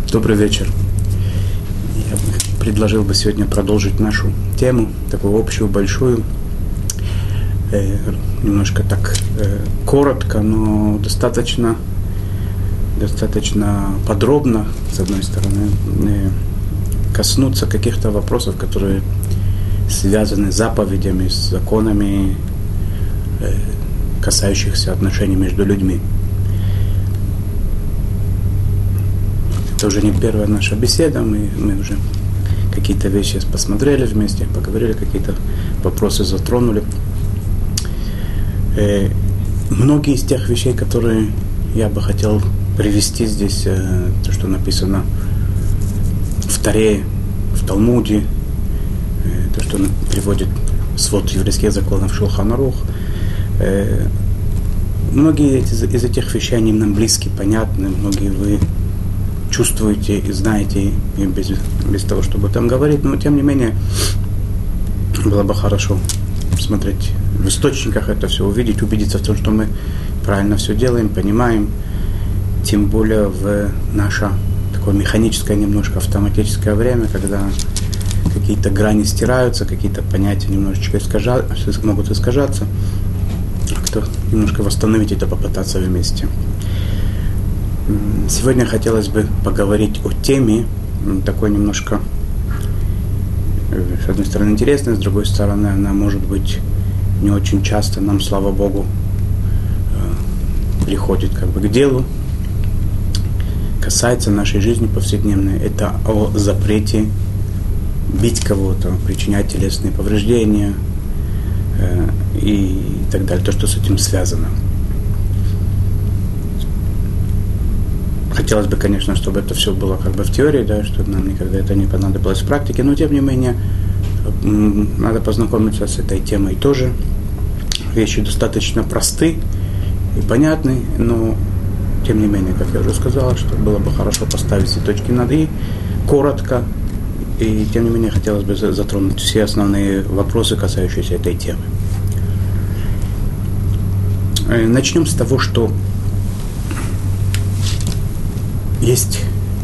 Добрый вечер. Я предложил бы сегодня продолжить нашу тему, такую общую, большую, немножко так коротко, но достаточно подробно, с одной стороны, коснуться каких-то вопросов, которые связаны с заповедями, с законами, касающихся отношений между людьми. Это уже не первая наша беседа, мы уже какие-то вещи посмотрели вместе, поговорили, какие-то вопросы затронули. Многие из тех вещей, которые я бы хотел привести здесь, то, что написано в Торе, в Талмуде, то, что приводит свод еврейских законов Шулхан Арух, многие из этих вещей, они нам близки, понятны, многие вы чувствуете и знаете, и без того, чтобы там говорить, но тем не менее было бы хорошо смотреть в источниках это все, увидеть, убедиться в том, что мы правильно все делаем, понимаем, тем более в наше такое механическое, немножко автоматическое время, когда какие-то грани стираются, какие-то понятия немножечко могут искажаться, как-то немножко восстановить это, попытаться вместе. Сегодня хотелось бы поговорить о теме, такой немножко, с одной стороны, интересной, с другой стороны, она может быть не очень часто, нам, слава Богу, приходит как бы к делу, касается нашей жизни повседневной. Это о запрете бить кого-то, причинять телесные повреждения и так далее, то, что с этим связано. Хотелось бы, конечно, чтобы это все было как бы в теории, да, чтобы нам никогда это не понадобилось в практике, но тем не менее надо познакомиться с этой темой тоже. Вещи достаточно просты и понятны, но тем не менее, как я уже сказал, что было бы хорошо поставить все точки над «и», коротко, и тем не менее хотелось бы затронуть все основные вопросы, касающиеся этой темы. Начнем с того, что есть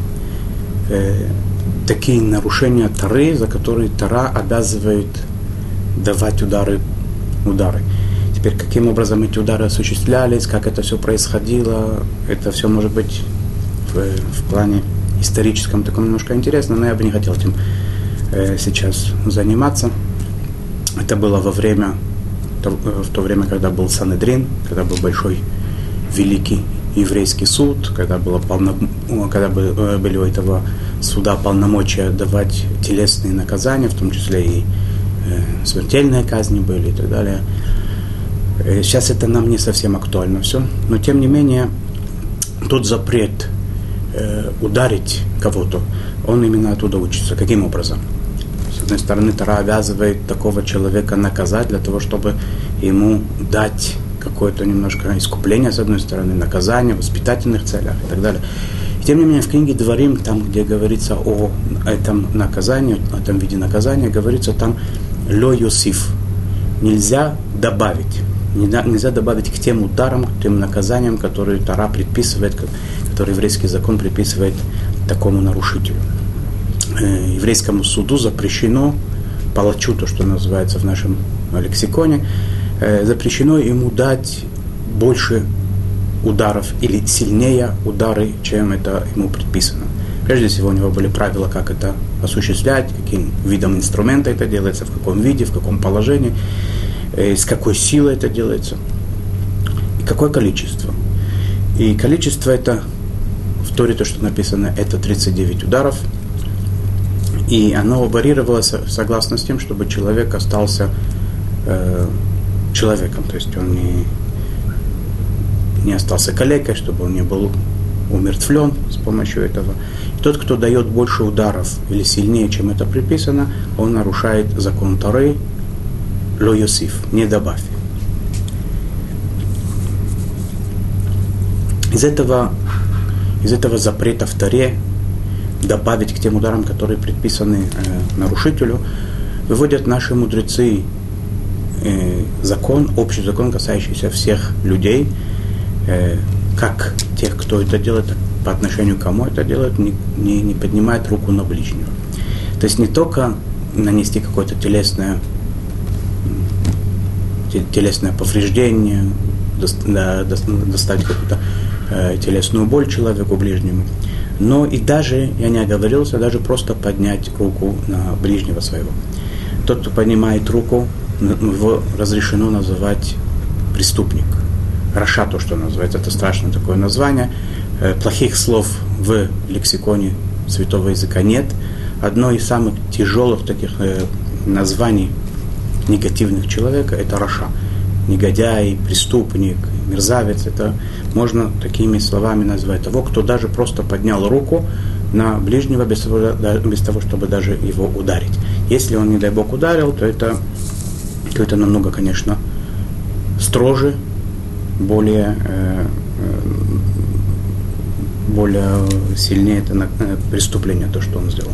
такие нарушения Торы, за которые Тора обязывает давать удары. Теперь, каким образом эти удары осуществлялись, как это все происходило, это все может быть в плане историческом таком немножко интересно, но я бы не хотел этим сейчас заниматься. Это было в то время, когда был Санедрин, когда был большой, великий еврейский суд, когда были у этого суда полномочия давать телесные наказания, в том числе и смертельные казни были и так далее. Сейчас это нам не совсем актуально все, но тем не менее тот запрет ударить кого-то, он именно оттуда учится. Каким образом? С одной стороны, Тора обязывает такого человека наказать для того, чтобы ему дать какое-то немножко искупление, с одной стороны, наказание, в воспитательных целях и так далее. И тем не менее, в книге Дворим, там, где говорится о этом наказании, о этом виде наказания, говорится там «ло йосиф». Нельзя добавить к тем ударам, к тем наказаниям, которые Тора предписывает, которые еврейский закон предписывает такому нарушителю. Еврейскому суду запрещено, палачу, то, что называется в нашем лексиконе, запрещено ему дать больше ударов или сильнее удары, чем это ему предписано. Прежде всего, у него были правила, как это осуществлять, каким видом инструмента это делается, в каком виде, в каком положении, с какой силой это делается, и какое количество. И количество это, в Торе то, что написано, это 39 ударов, и оно варьировалось согласно с тем, чтобы человек остался человеком, то есть он не остался калекой, чтобы он не был умертвлен с помощью этого. И тот, кто дает больше ударов или сильнее, чем это приписано, он нарушает закон Торы, ло йосиф, не добавь. Из этого запрета в Торе добавить к тем ударам, которые предписаны нарушителю, выводят наши мудрецы закон, общий закон, касающийся всех людей, как тех, кто это делает, по отношению к кому это делает, не поднимает руку на ближнего. То есть не только нанести какое-то телесное повреждение, доставить какую-то телесную боль человеку ближнему, но и даже, я не оговорился, даже просто поднять руку на ближнего своего. Тот, кто поднимает руку, его разрешено называть преступник. Раша, то, что называется, это страшное такое название. Плохих слов в лексиконе святого языка нет. Одно из самых тяжелых таких названий негативных человека – это раша. Негодяй, преступник, мерзавец. Это можно такими словами назвать того, кто даже просто поднял руку на ближнего без того, чтобы даже его ударить. Если он, не дай Бог, ударил, то это намного, конечно, строже, более сильнее это преступление, то, что он сделал.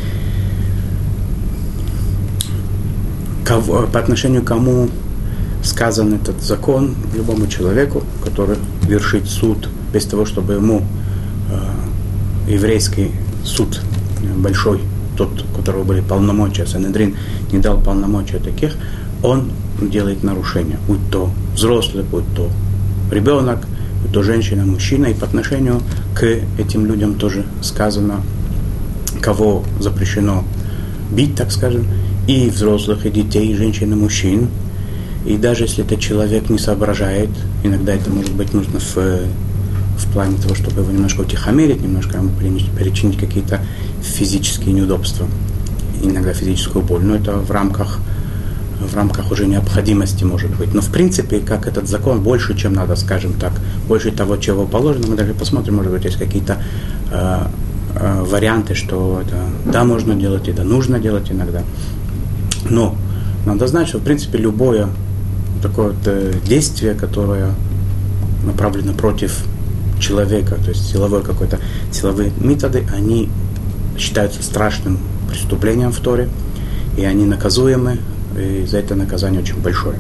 По отношению к кому сказан этот закон? Любому человеку, который вершит суд без того, чтобы ему еврейский суд большой, тот, у которого были полномочия, Санедрин не дал полномочия таких, он делает нарушение, будь то взрослый, будь то ребенок, будь то женщина, мужчина, и по отношению к этим людям тоже сказано, кого запрещено бить, так скажем, и взрослых, и детей, и женщин, и мужчин. И даже если этот человек не соображает, иногда это может быть нужно в плане того, чтобы его немножко утихомирить, немножко ему причинить какие-то физические неудобства, иногда физическую боль, но это в рамках уже необходимости может быть. Но в принципе, как этот закон, больше, чем надо, скажем так, больше того, чего положено, мы даже посмотрим, может быть, есть какие-то варианты, что это да, можно делать, и да, нужно делать иногда. Но надо знать, что в принципе любое такое вот действие, которое направлено против человека, то есть силовые методы, они считаются страшным преступлением в Торе, и они наказуемы, и за это наказание очень большое.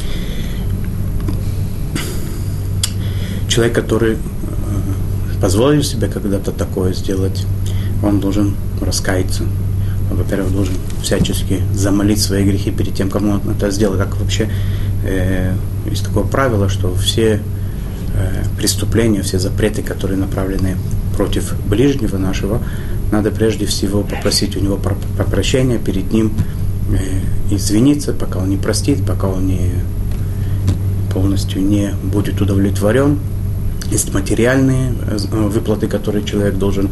Человек, который позволил себе когда-то такое сделать, он должен раскаяться. Он, во-первых, должен всячески замолить свои грехи перед тем, кому он это сделал. Как вообще есть такое правило, что все преступления, все запреты, которые направлены против ближнего нашего, надо прежде всего попросить у него прощения перед ним, извиниться, пока он не простит, пока он полностью не будет удовлетворен. Есть материальные выплаты, которые человек должен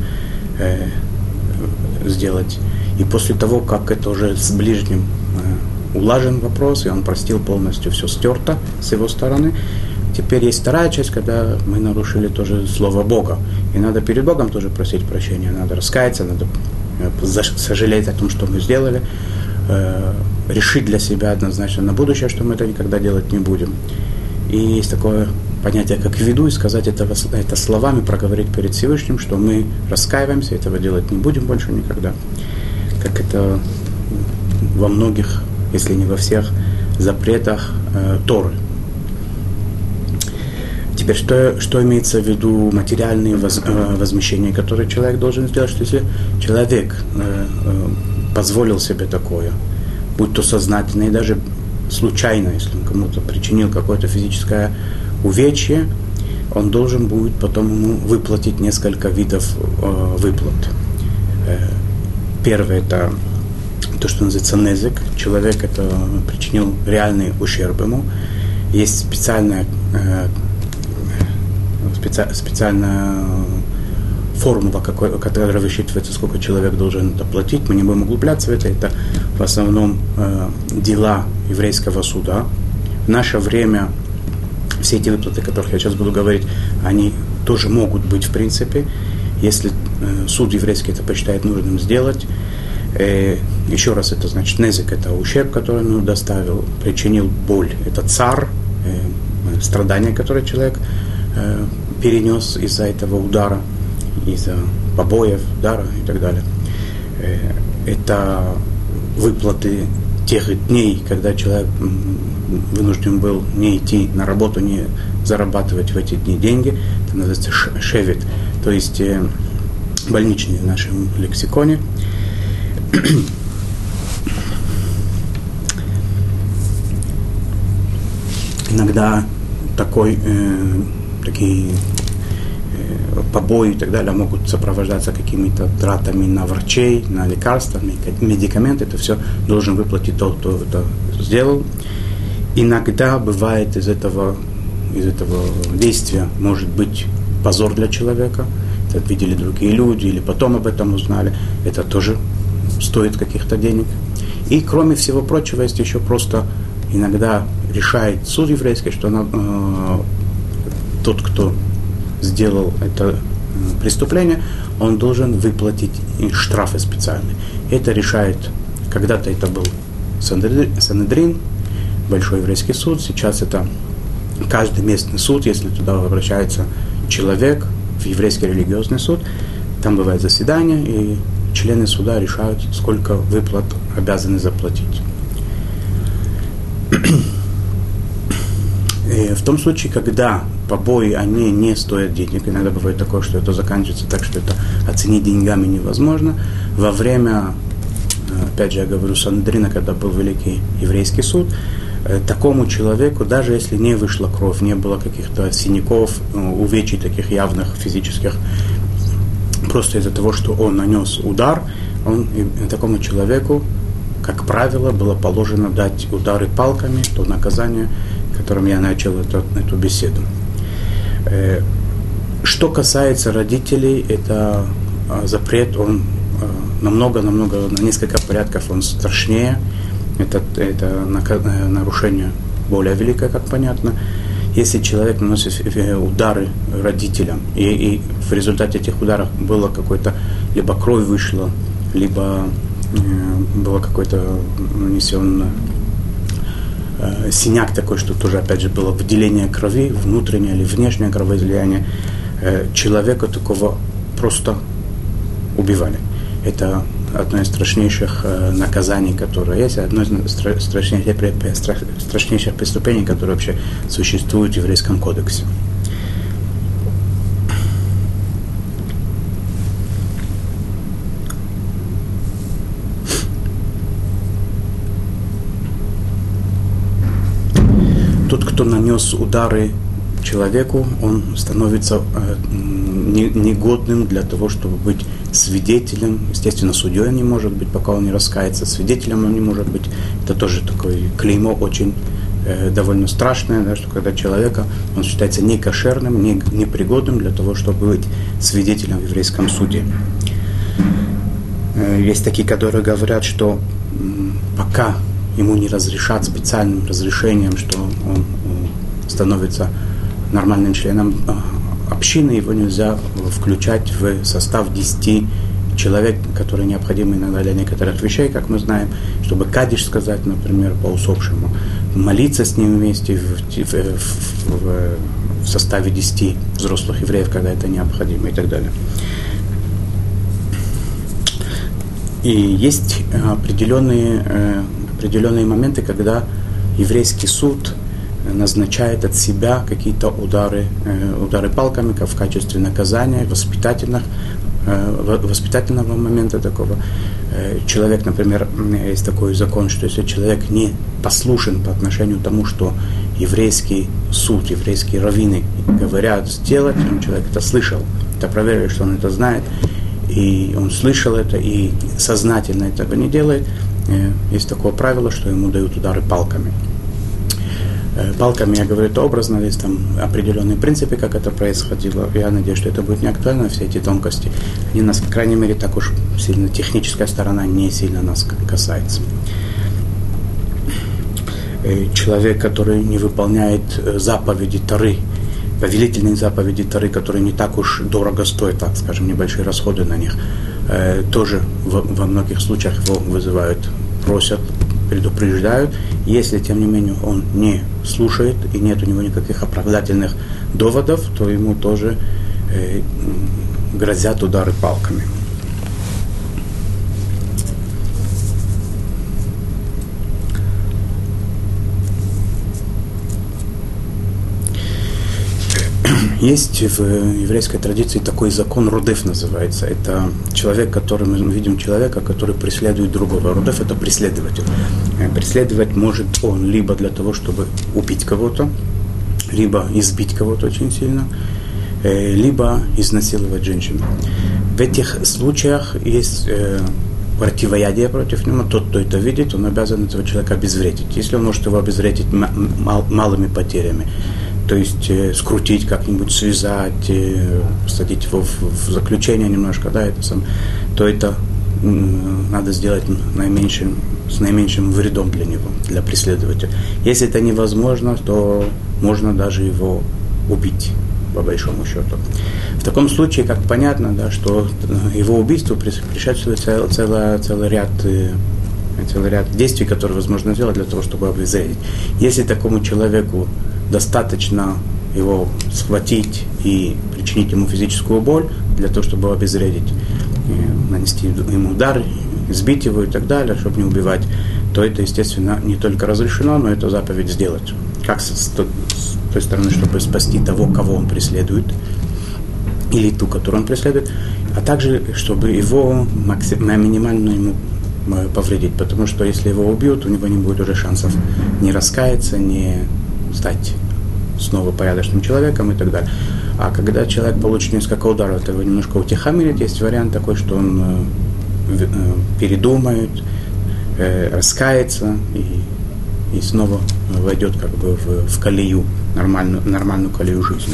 сделать. И после того, как это уже с ближним улажен вопрос, и он простил полностью, все стерто с его стороны, теперь есть вторая часть, когда мы нарушили тоже слово Бога. И надо перед Богом тоже просить прощения, надо раскаяться, надо сожалеть о том, что мы сделали, решить для себя однозначно на будущее, что мы это никогда делать не будем. И есть такое понятие, как виду, и сказать это словами, проговорить перед Всевышним, что мы раскаиваемся, этого делать не будем больше никогда. Как это во многих, если не во всех, запретах Торы. Теперь, что имеется в виду материальные возмещения, которые человек должен сделать, что если человек позволил себе такое, будь то сознательно и даже случайно, если он кому-то причинил какое-то физическое увечье, он должен будет потом ему выплатить несколько видов выплат. Первое – это то, что называется незек. Человек это причинил реальный ущерб ему. Есть специальная формула, которая высчитывается, сколько человек должен доплатить. Мы не будем углубляться в это. Это в основном дела еврейского суда. В наше время все эти выплаты, о которых я сейчас буду говорить, они тоже могут быть в принципе, если суд еврейский это посчитает нужным сделать. Еще раз, это значит незек, это ущерб, который он доставил, причинил боль, это цар, страдания, которые человек перенес из-за этого удара, из-за побоев, удара и так далее. Это выплаты тех дней, когда человек вынужден был не идти на работу, не зарабатывать в эти дни деньги. Это называется шевет. то есть больничный в нашем лексиконе. Иногда такие побои и так далее могут сопровождаться какими-то тратами на врачей, на лекарства, медикаменты. Это все должен выплатить тот, кто это сделал. Иногда бывает из этого действия может быть позор для человека. Это видели другие люди или потом об этом узнали. Это тоже стоит каких-то денег. И кроме всего прочего, есть еще просто иногда решает суд еврейский, что тот, кто сделал это преступление, он должен выплатить штрафы специальные. Это решает, когда-то это был Санедрин, Большой еврейский суд, сейчас это каждый местный суд, если туда обращается человек в еврейский религиозный суд, там бывает заседание, и члены суда решают, сколько выплат обязаны заплатить. И в том случае, когда побои, они не стоят денег, иногда бывает такое, что это заканчивается так, что это оценить деньгами невозможно. Во время, опять же, я говорю, Санедрина, когда был Великий еврейский суд, такому человеку, даже если не вышла кровь, не было каких-то синяков, увечий таких явных физических, просто из-за того, что он нанес удар, такому человеку, как правило, было положено дать удары палками, то наказание, которым я начал эту беседу. Что касается родителей, это запрет, он на несколько порядков он страшнее. Это нарушение более великое, как понятно. Если человек наносит удары родителям, и в результате этих ударов было какой-то, либо кровь вышла, либо было какой-то нанесен синяк такой, что тоже, опять же, было выделение крови, внутреннее или внешнее кровоизлияние, человека такого просто убивали. Это одно из страшнейших наказаний, которые есть, одно из страшнейших преступлений, которые вообще существуют в еврейском кодексе. Тот, кто нанес удары человеку, он становится негодным для того, чтобы быть свидетелем. Естественно, судьей он не может быть, пока он не раскается. Свидетелем он не может быть. Это тоже такое клеймо очень довольно страшное, да, что когда человека, он считается некошерным, непригодным для того, чтобы быть свидетелем в еврейском суде. Есть такие, которые говорят, что пока ему не разрешат специальным разрешением, что он становится нормальным членом общины, его нельзя включать в состав 10 человек, которые необходимы иногда для некоторых вещей, как мы знаем, чтобы кадиш сказать, например, по усопшему, молиться с ним вместе в составе 10 взрослых евреев, когда это необходимо и так далее. И есть определенные моменты, когда еврейский суд назначает от себя какие-то удары палками, как в качестве наказания, воспитательного момента такого. Человек, например, есть такой закон, что если человек не послушен по отношению к тому, что еврейский суд, еврейские раввины говорят сделать, человек это слышал, это проверили, что он это знает, и он слышал это, и сознательно этого не делает, есть такое правило, что ему дают удары палками. Палками, я говорю это образно, есть там определенные принципы, как это происходило. Я надеюсь, что это будет не актуально, все эти тонкости. Они нас, по крайней мере, так уж сильно, техническая сторона не сильно нас касается. Человек, который не выполняет заповеди Торы, повелительные заповеди Торы, которые не так уж дорого стоят, так скажем, небольшие расходы на них, тоже во многих случаях его вызывают, просят, предупреждают. Если, тем не менее, он не слушает и нет у него никаких оправдательных доводов, то ему тоже грозят удары палками. Есть в еврейской традиции такой закон Родеф называется. Это человек, который мы видим человека, который преследует другого. Родеф — это преследователь. Преследовать может он либо для того, чтобы убить кого-то, либо избить кого-то очень сильно, либо изнасиловать женщину. В этих случаях есть противоядие против него. Тот, кто это видит, он обязан этого человека обезвредить. Если он может его обезвредить малыми потерями, то есть скрутить как-нибудь, связать, посадить его в заключение немножко, да, то это надо сделать с наименьшим вредом для него, для преследователя. Если это невозможно, то можно даже его убить, по большому счету. В таком случае, как понятно, да, что его убийству предшествует целый ряд действий, которые возможно сделать для того, чтобы обезвредить. Если такому человеку достаточно его схватить и причинить ему физическую боль для того, чтобы его обезвредить, нанести ему удар, сбить его и так далее, чтобы не убивать, то это, естественно, не только разрешено, но это заповедь сделать. Как с той стороны, чтобы спасти того, кого он преследует, или ту, которую он преследует, а также, чтобы его минимально ему повредить, потому что если его убьют, у него не будет уже шансов не раскаяться, не стать снова порядочным человеком и так далее. А когда человек получит несколько ударов, это его немножко утихомирит. Есть вариант такой, что он передумает, раскается и снова войдет как бы в колею, нормальную колею жизни.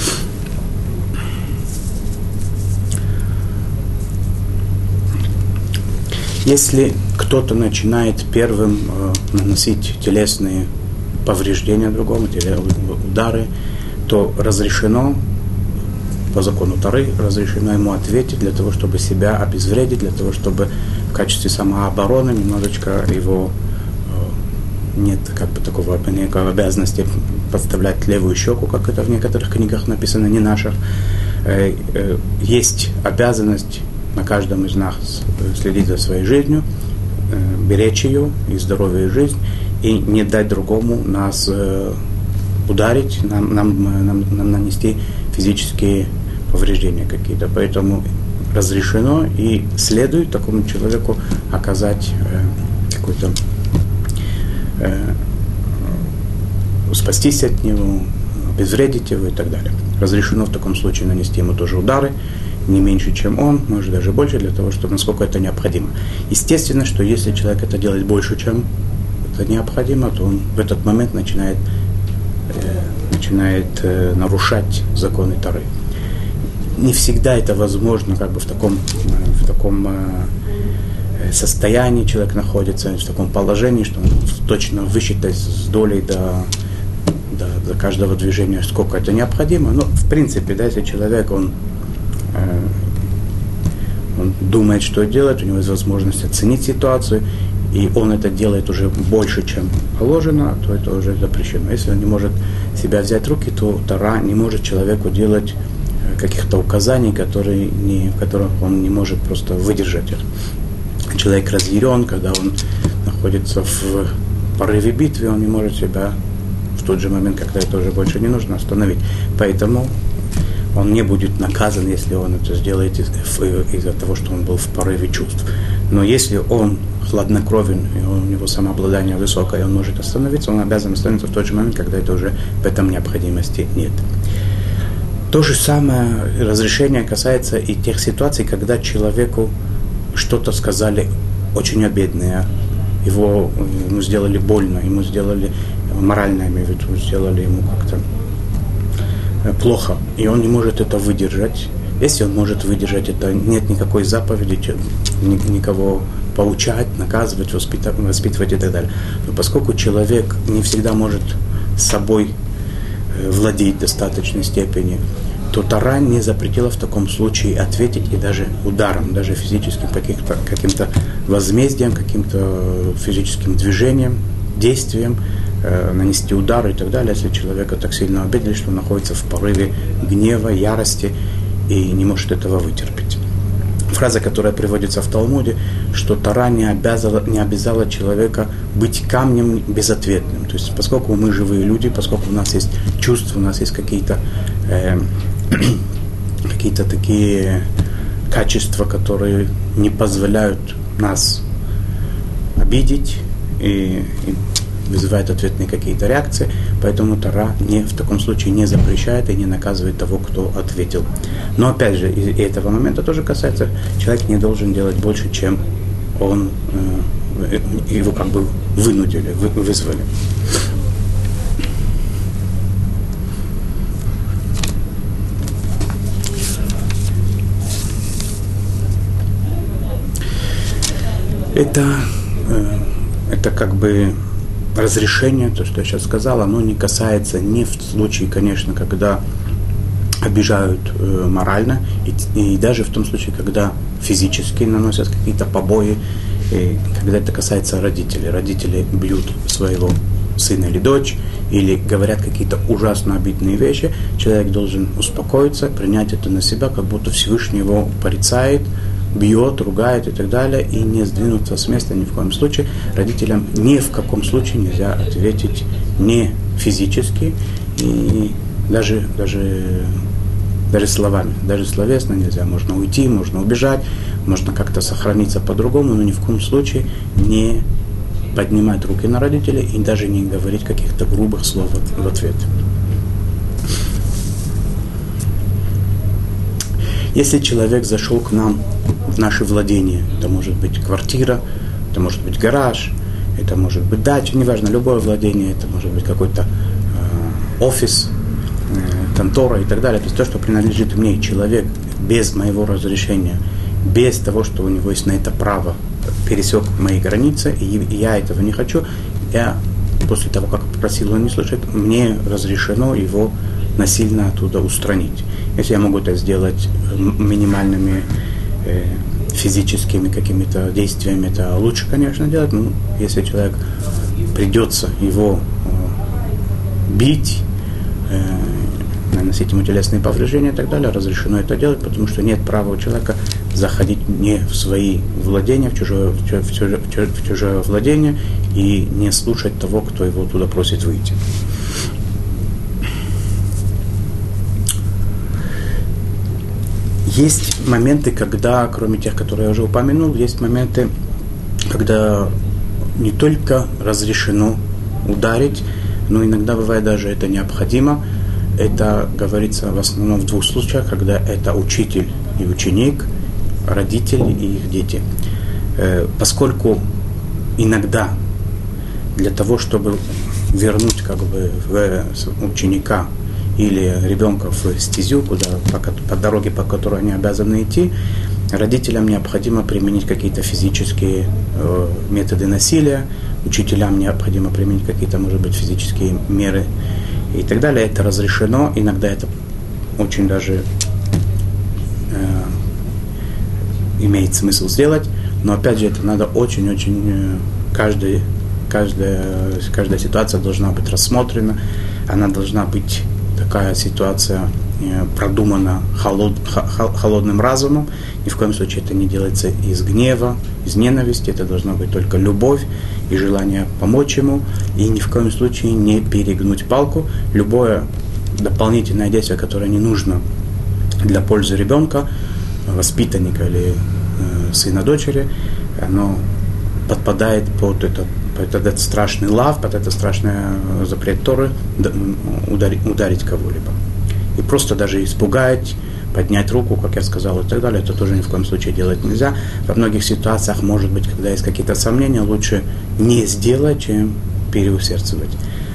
Если кто-то начинает первым наносить телесные повреждения другому, удары, то разрешено, по закону Торы, разрешено ему ответить для того, чтобы себя обезвредить, для того, чтобы в качестве самообороны немножечко его нет как бы такого некой обязанности подставлять левую щеку, как это в некоторых книгах написано, не наших. Есть обязанность на каждом из нас следить за своей жизнью, беречь ее, и здоровье, и жизнь, и не дать другому нас ударить, нам нанести физические повреждения какие-то. Поэтому разрешено и следует такому человеку оказать какой-то спастись от него, обезвредить его и так далее. Разрешено в таком случае нанести ему тоже удары, не меньше, чем он, может даже больше, для того, чтобы насколько это необходимо. Естественно, что если человек это делает больше, чем это необходимо, то он в этот момент начинает нарушать законы Торы. Не всегда это возможно, как бы в таком состоянии человек находится, в таком положении, что он точно высчитать с долей до каждого движения, сколько это необходимо. Но в принципе, да, если человек, он думает, что делать, у него есть возможность оценить ситуацию, и он это делает уже больше, чем положено, то это уже запрещено. Если он не может себя взять в руки, то Тора не может человеку делать каких-то указаний, которых он не может просто выдержать. Человек разъярен, когда он находится в порыве битвы, он не может себя в тот же момент, когда это уже больше не нужно, остановить. Поэтому он не будет наказан, если он это сделает из-за того, что он был в порыве чувств. Но если он хладнокровен, и у него самообладание высокое, и он может остановиться, он обязан остановиться в тот же момент, когда это уже в этом необходимости нет. То же самое разрешение касается и тех ситуаций, когда человеку что-то сказали очень обидное, ему сделали больно, ему сделали морально, я имею в виду, сделали ему как-то плохо, и он не может это выдержать. Если он может выдержать это, нет никакой заповеди никого поучать, наказывать, воспитывать и так далее. Но поскольку человек не всегда может собой владеть в достаточной степени, то Тора не запретила в таком случае ответить и даже ударом, даже физическим каким-то возмездием, каким-то физическим движением, действием, нанести удар и так далее, если человека так сильно обидели, что он находится в порыве гнева, ярости и не может этого вытерпеть. Фраза, которая приводится в Талмуде, что Тора не обязала человека быть камнем безответным. То есть, поскольку мы живые люди, поскольку у нас есть чувства, у нас есть какие-то какие-то такие качества, которые не позволяют нас обидеть и вызывают ответные какие-то реакции, поэтому Тора в таком случае не запрещает и не наказывает того, кто ответил. Но опять же, и этого момента тоже касается, человек не должен делать больше, чем его как бы вынудили, вызвали. Это как бы разрешение, то, что я сейчас сказал, оно не касается не в случае, конечно, когда обижают морально, и даже в том случае, когда физически наносят какие-то побои, и когда это касается родителей. Родители бьют своего сына или дочь, или говорят какие-то ужасно обидные вещи, человек должен успокоиться, принять это на себя, как будто Всевышний его порицает, бьет, ругает и так далее, и не сдвинуться с места ни в коем случае. Родителям ни в каком случае нельзя ответить не физически, и даже словами, даже словесно нельзя. Можно уйти, можно убежать, можно как-то сохраниться по-другому, но ни в коем случае не поднимать руки на родителей и даже не говорить каких-то грубых слов в ответ. Если человек зашел к нам в наше владение, это может быть квартира, это может быть гараж, это может быть дача, неважно, любое владение, это может быть какой-то офис, контора и так далее, то есть то, что принадлежит мне, человек без моего разрешения, без того, что у него есть на это право, пересек мои границы, и я этого не хочу, я после того, как попросил, он не слышит, мне разрешено его насильно оттуда устранить. Если я могу это сделать минимальными физическими какими-то действиями, это лучше, конечно, делать. Но если человек придется его бить, наносить ему телесные повреждения и так далее, разрешено это делать, потому что нет права у человека заходить не в свои владения, в чужое владение и не слушать того, кто его туда просит выйти. Есть моменты, когда, кроме тех, которые я уже упомянул, есть моменты, когда не только разрешено ударить, но иногда бывает даже это необходимо. Это говорится в основном в двух случаях, когда это учитель и ученик, родители и их дети. Поскольку иногда для того, чтобы вернуть как бы ученика или ребенка в стезю, по дороге, по которой они обязаны идти, родителям необходимо применить какие-то физические методы насилия, учителям необходимо применить какие-то, может быть, физические меры и так далее. Это разрешено, иногда это очень даже имеет смысл сделать, но опять же это надо очень-очень, каждая ситуация должна быть рассмотрена, она должна быть такая ситуация продумана холодным разумом. Ни в коем случае это не делается из гнева, из ненависти. Это должна быть только любовь и желание помочь ему. И ни в коем случае не перегнуть палку. Любое дополнительное действие, которое не нужно для пользы ребенка, воспитанника или сына, дочери, оно подпадает под этот страшный лав, под этот страшный запрет Торы ударить кого-либо. И просто даже испугать, поднять руку, как я сказал, и так далее, это тоже ни в коем случае делать нельзя. Во многих ситуациях, может быть, когда есть какие-то сомнения, лучше не сделать, чем переусердствовать.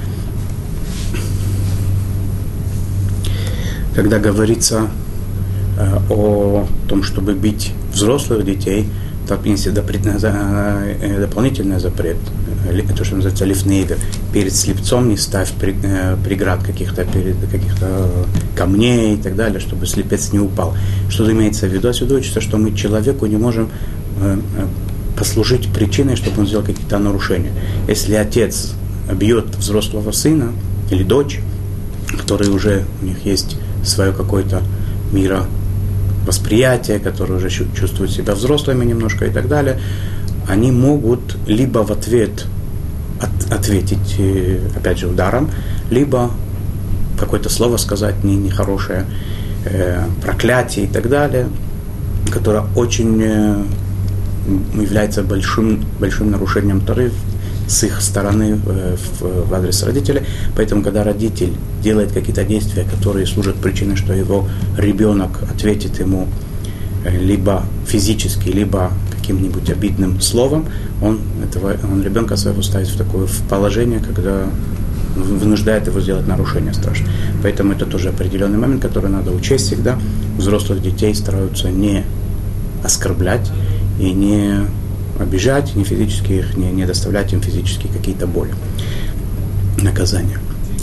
Когда говорится о том, чтобы бить взрослых детей, есть дополнительный запрет, то, что называется лифнейвер. Перед слепцом не ставь преград каких-то камней и так далее, чтобы слепец не упал. Что имеется в виду? Отсюда учится, что мы человеку не можем послужить причиной, чтобы он сделал какие-то нарушения. Если отец бьет взрослого сына или дочь, которые уже у них есть свое какое-то мировосприятие, которые уже чувствуют себя взрослыми немножко и так далее, они могут либо в ответ ответить, опять же, ударом, либо какое-то слово сказать нехорошее, проклятие и так далее, которое очень является большим нарушением Торы с их стороны в адрес родителей. Поэтому, когда родитель делает какие-то действия, которые служат причиной, что его ребенок ответит ему либо физически, либо каким-нибудь обидным словом, он ребенка своего ставит в положение, когда вынуждает его сделать нарушение страшное. Поэтому это тоже определенный момент, который надо учесть всегда. Взрослых детей стараются не оскорблять и не обижать, не физически их, не доставлять им физически какие-то боли, наказания.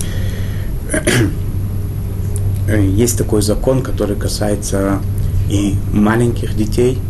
Есть такой закон, который касается и маленьких детей,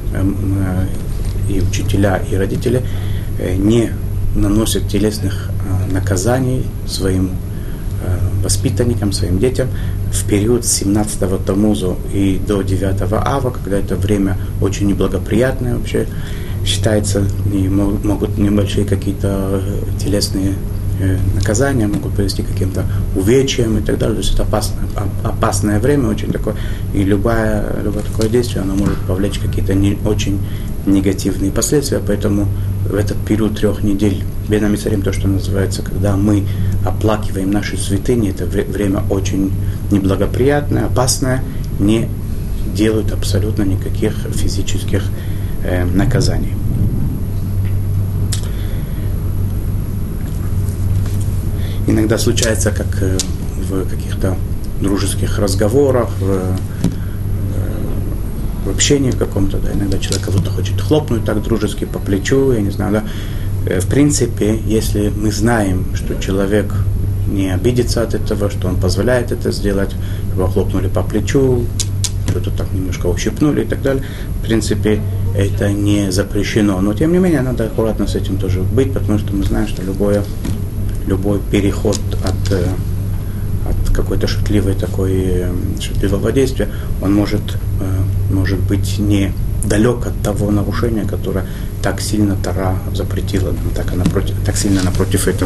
и учителя, и родители не наносят телесных наказаний своим воспитанникам, своим детям в период с 17-го Тамуза и до 9-го Ава, когда это время очень неблагоприятное вообще считается, и могут небольшие какие-то телесные наказания, могут привести к каким-то увечьям и так далее. То есть это опасное время очень такое, и любое такое действие, оно может повлечь какие-то очень негативные последствия, поэтому в этот период 3 недель Бен Амисарим, то, что называется, когда мы оплакиваем наши святыни, это время очень неблагоприятное, опасное, не делают абсолютно никаких физических наказаний. Иногда случается, как в каких-то дружеских разговорах, в общении каком-то, да, иногда человек кого-то хочет хлопнуть так дружески по плечу, я не знаю, да. В принципе, если мы знаем, что человек не обидится от этого, что он позволяет это сделать, его хлопнули по плечу, что-то так немножко ущипнули и так далее, в принципе, это не запрещено. Но, тем не менее, надо аккуратно с этим тоже быть, потому что мы знаем, что любой переход от какой-то шутливого действия, он может быть не далек от того нарушения, которое так сильно Тора запретила, так сильно напротив этого.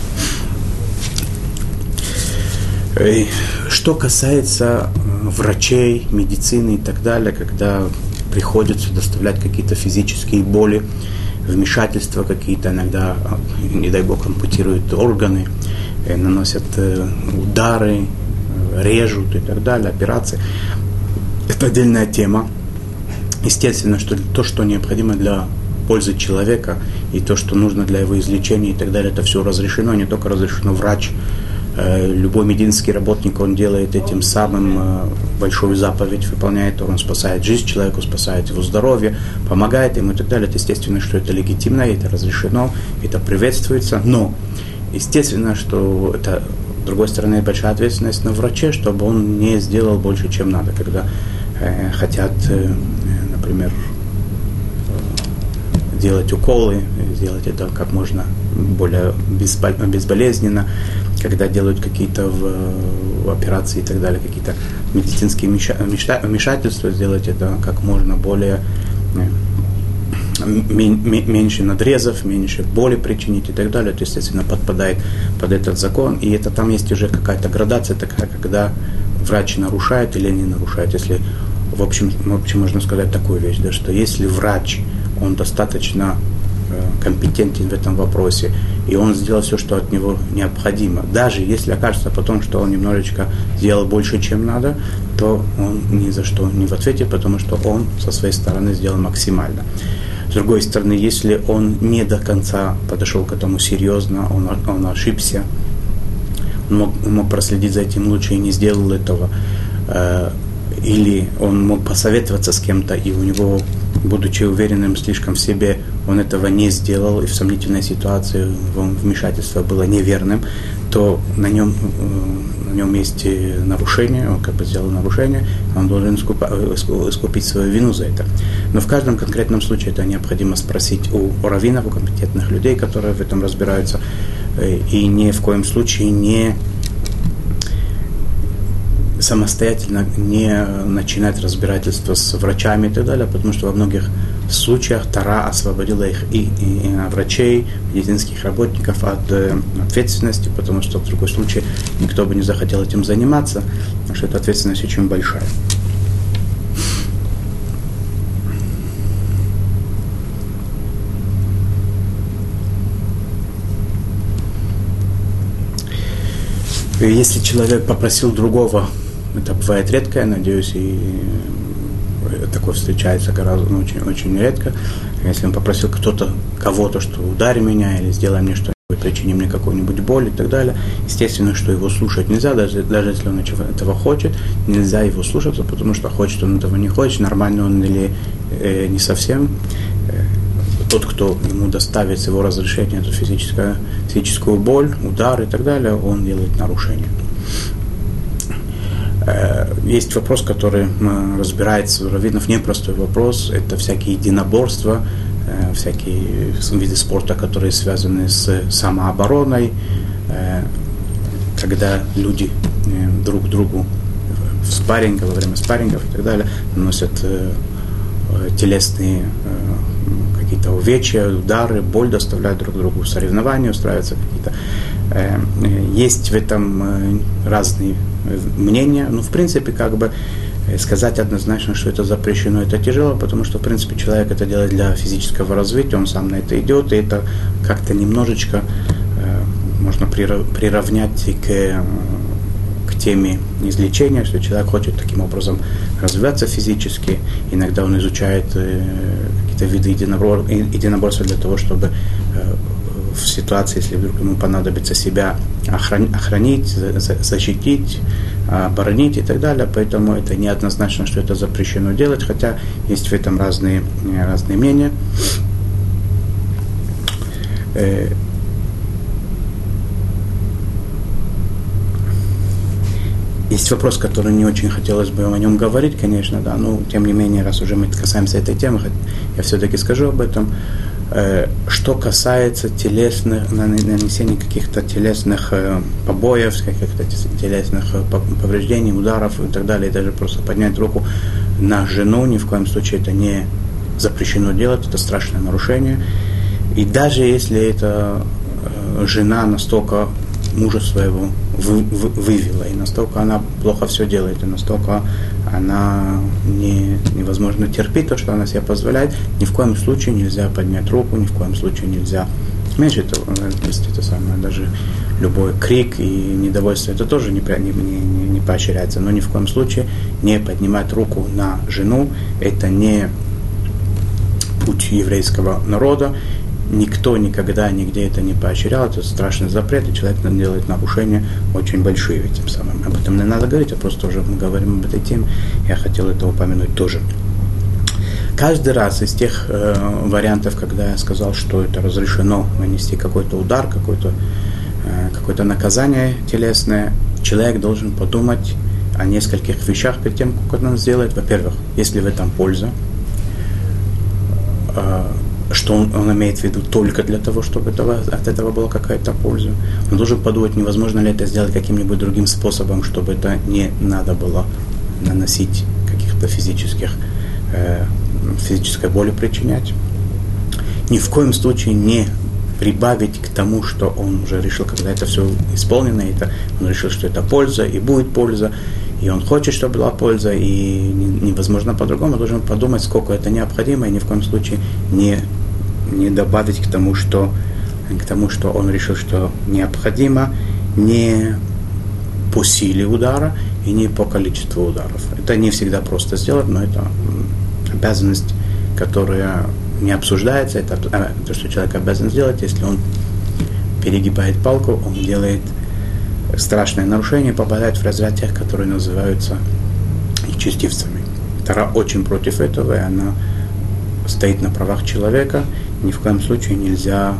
Что касается врачей, медицины и так далее, когда приходится доставлять какие-то физические боли, вмешательства какие-то, иногда, не дай бог, ампутируют органы, наносят удары, режут и так далее, операции. Это отдельная тема. Естественно, что то, что необходимо для пользы человека, и то, что нужно для его излечения и так далее, это все разрешено. Не только разрешено врач, любой медицинский работник, он делает этим самым большую заповедь, выполняет, он спасает жизнь человеку, спасает его здоровье, помогает ему и так далее. Это естественно, что это легитимно, это разрешено, это приветствуется, но естественно, что это, с другой стороны, большая ответственность на враче, чтобы он не сделал больше, чем надо, когда хотят, например, делать уколы, сделать это как можно более безболезненно, когда делают какие-то операции и так далее, какие-то медицинские вмешательства, сделать это как можно более меньше надрезов, меньше боли причинить и так далее. Это, естественно, подпадает под этот закон. И это там есть уже какая-то градация такая, когда врач нарушает или не нарушает. Если, в общем можно сказать такую вещь, да, что если врач, он достаточно компетентен в этом вопросе, и он сделал все, что от него необходимо. Даже если окажется потом, что он немножечко сделал больше, чем надо, то он ни за что не в ответе, потому что он со своей стороны сделал максимально. С другой стороны, если он не до конца подошел к этому серьезно, он ошибся, он мог проследить за этим лучше и не сделал этого, или он мог посоветоваться с кем-то, и у него, будучи уверенным слишком в себе, он этого не сделал, и в сомнительной ситуации вмешательство было неверным, то на нем есть нарушение, он как бы сделал нарушение, он должен искупить свою вину за это. Но в каждом конкретном случае это необходимо спросить у раввинов, у компетентных людей, которые в этом разбираются, и ни в коем случае не самостоятельно не начинать разбирательство с врачами и так далее, потому что во многих случаях Тора освободила их и врачей, медицинских работников от ответственности, потому что в другой случае никто бы не захотел этим заниматься, потому что эта ответственность очень большая. Если человек попросил другого, это бывает редко, я надеюсь, и такое встречается гораздо, очень, очень редко. Если он попросил кого-то, что ударь меня или сделай мне что-нибудь, причини мне какую-нибудь боль и так далее, естественно, что его слушать нельзя, даже если он этого хочет, нельзя его слушаться, потому что хочет он этого, не хочет, нормально он или не совсем. Тот, кто ему доставит с его разрешения эту физическую боль, удар и так далее, он делает нарушение. Есть вопрос, который разбирается у раввинов, непростой вопрос, это всякие единоборства, всякие виды спорта, которые связаны с самообороной, когда люди друг другу во время спаррингов и так далее наносят телесные какие-то увечья, удары, боль доставляют друг другу, соревнования устраиваются какие-то. Есть в этом разные мнения. Но, в принципе, сказать однозначно, что это запрещено, это тяжело, потому что, в принципе, человек это делает для физического развития, он сам на это идет, и это как-то немножечко можно приравнять к теме излечения, что человек хочет таким образом развиваться физически. Иногда он изучает какие-то виды единоборства для того, чтобы в ситуации, если вдруг ему понадобится себя охранить, защитить, оборонить и так далее. Поэтому это неоднозначно, что это запрещено делать, хотя есть в этом разные мнения. Есть вопрос, который не очень хотелось бы о нем говорить, конечно, да, но тем не менее, раз уже мы касаемся этой темы, я все-таки скажу об этом. Что касается нанесения каких-то телесных побоев, каких-то телесных повреждений, ударов и так далее, и даже просто поднять руку на жену, ни в коем случае это не запрещено делать, это страшное нарушение. И даже если эта жена настолько мужа своего вывела, и настолько она плохо все делает, и настолько она невозможно терпеть то, что она себе позволяет, ни в коем случае нельзя поднять руку, ни в коем случае нельзя меньше этого, это самое, даже любой крик и недовольство, это тоже не поощряется, но ни в коем случае не поднимать руку на жену, это не путь еврейского народа. Никто никогда нигде это не поощрял, это страшный запрет, и человек делает нарушения очень большие этим самым. Об этом не надо говорить, а просто уже мы говорим об этой теме, я хотел это упомянуть тоже. Каждый раз из тех вариантов, когда я сказал, что это разрешено нанести какой-то удар, какое-то наказание телесное, человек должен подумать о нескольких вещах перед тем, как он сделает. Во-первых, если в этом польза, что он имеет в виду только для того, чтобы от этого была какая-то польза. Он должен подумать, невозможно ли это сделать каким-нибудь другим способом, чтобы это не надо было наносить каких-то физической боли причинять. Ни в коем случае не прибавить к тому, что он уже решил, когда это все исполнено, он решил, что это польза и будет польза, и он хочет, чтобы была польза, и невозможно по-другому, должен подумать, сколько это необходимо, и ни в коем случае не добавить к тому, что он решил, что необходимо, не по силе удара и не по количеству ударов. Это не всегда просто сделать, но это обязанность, которая не обсуждается, это то, что человек обязан сделать. Если он перегибает палку, он делает страшное нарушение, попадает в разряд тех, которые называются нечестивцами. Тора очень против этого, и она стоит на правах человека. Ни в коем случае нельзя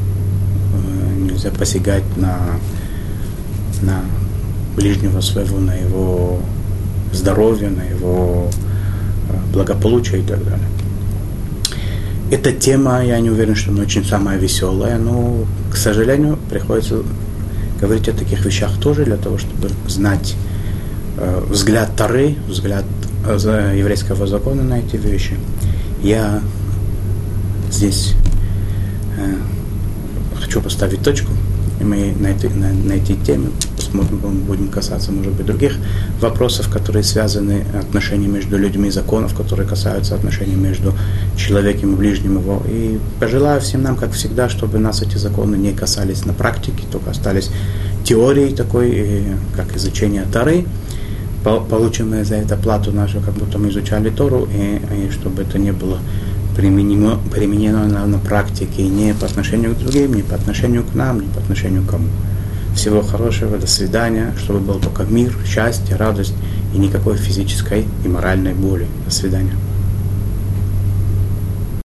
посягать на ближнего своего, на его здоровье, на его благополучие и так далее. Эта тема, я не уверен, что она очень самая веселая, но, к сожалению, приходится говорить о таких вещах тоже для того, чтобы знать взгляд Торы, взгляд еврейского закона на эти вещи. Я здесь хочу поставить точку, и мы на этой теме посмотрим, будем касаться, может быть, других вопросов, которые связаны с отношениями между людьми, законов, которые касаются отношений между человеком и ближним его. И пожелаю всем нам, как всегда, чтобы нас эти законы не касались на практике, только остались теорией такой, как изучение Торы. Получим за это плату нашу, как будто мы изучали Тору, и чтобы это не было применено на практике не по отношению к другим, не по отношению к нам, не по отношению к кому. Всего хорошего, до свидания, чтобы был только мир, счастье, радость и никакой физической и моральной боли. До свидания.